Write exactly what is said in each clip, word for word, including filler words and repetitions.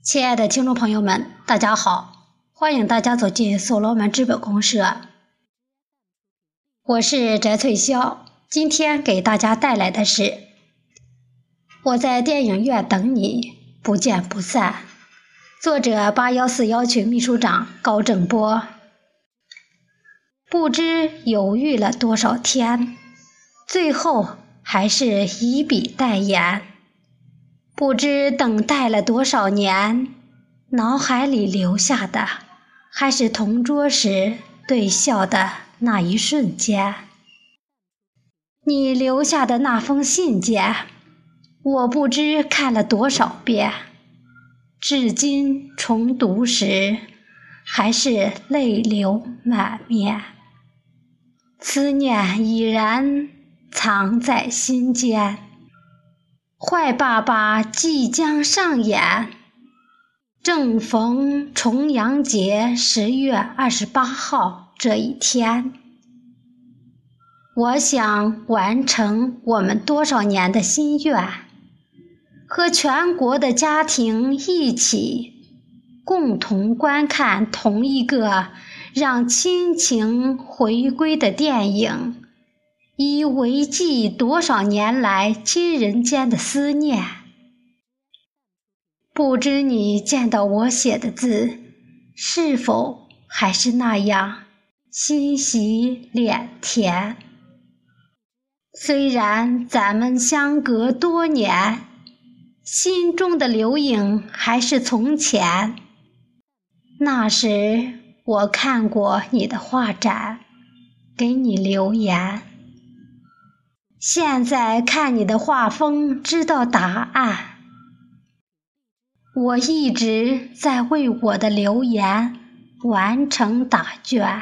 亲爱的听众朋友们，大家好，欢迎大家走进所罗门资本公社。我是翟翠霄，今天给大家带来的是我在电影院等你，不见不散。作者八一四幺群秘书长高正波。不知犹豫了多少天，最后还是以笔代言。不知等待了多少年，脑海里留下的还是同桌时对笑的那一瞬间。你留下的那封信件，我不知看了多少遍，至今重读时还是泪流满面，思念已然藏在心间。坏爸爸即将上演，正逢重阳节十月二十八号这一天，我想完成我们多少年的心愿，和全国的家庭一起共同观看同一个让亲情回归的电影，以维系多少年来亲人间的思念。不知你见到我写的字，是否还是那样欣喜脸甜？虽然咱们相隔多年，心中的留影还是从前。那时我看过你的画展，给你留言。现在看你的画风，知道答案。我一直在为我的留言完成答卷。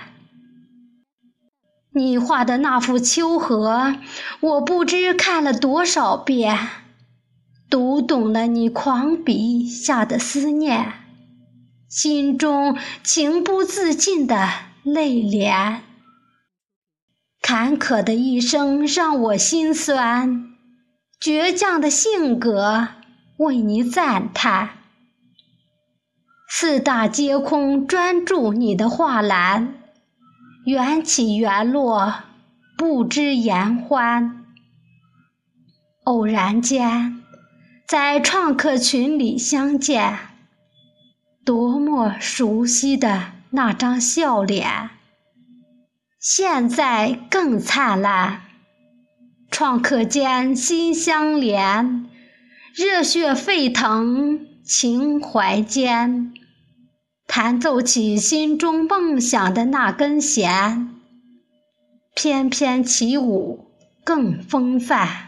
你画的那幅秋荷，我不知看了多少遍，读懂了你狂笔下的思念，心中情不自禁的泪涟。坎坷的一生让我心酸，倔强的性格为你赞叹。四大皆空专注你的画栏，缘起缘落不知言欢。偶然间在创客群里相见，多么熟悉的那张笑脸，现在更灿烂。创客间心相连，热血沸腾情怀间，弹奏起心中梦想的那根弦，翩翩起舞更风范。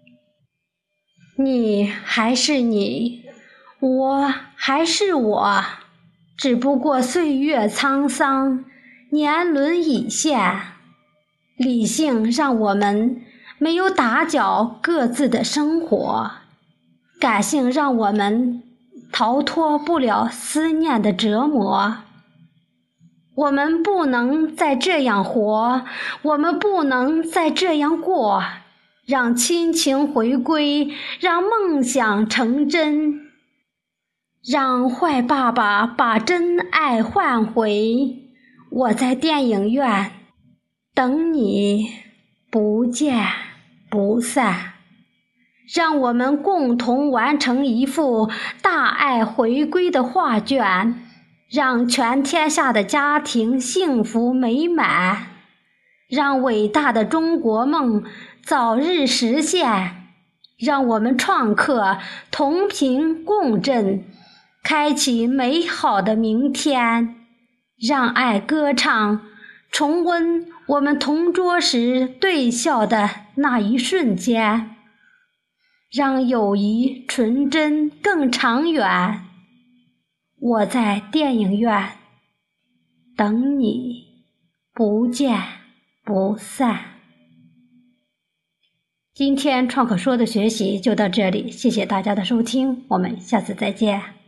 你还是你，我还是我，只不过岁月沧桑，年轮已现，理性让我们没有打搅各自的生活，感性让我们逃脱不了思念的折磨。我们不能再这样活，我们不能再这样过，让亲情回归，让梦想成真，让坏爸爸把真爱换回。我在电影院等你，不见不散。让我们共同完成一幅大爱回归的画卷，让全天下的家庭幸福美满，让伟大的中国梦早日实现，让我们创客同频共振，开启美好的明天。让爱歌唱，重温我们同桌时对笑的那一瞬间。让友谊纯真更长远。我在电影院等你，不见不散。今天创可说的学习就到这里，谢谢大家的收听，我们下次再见。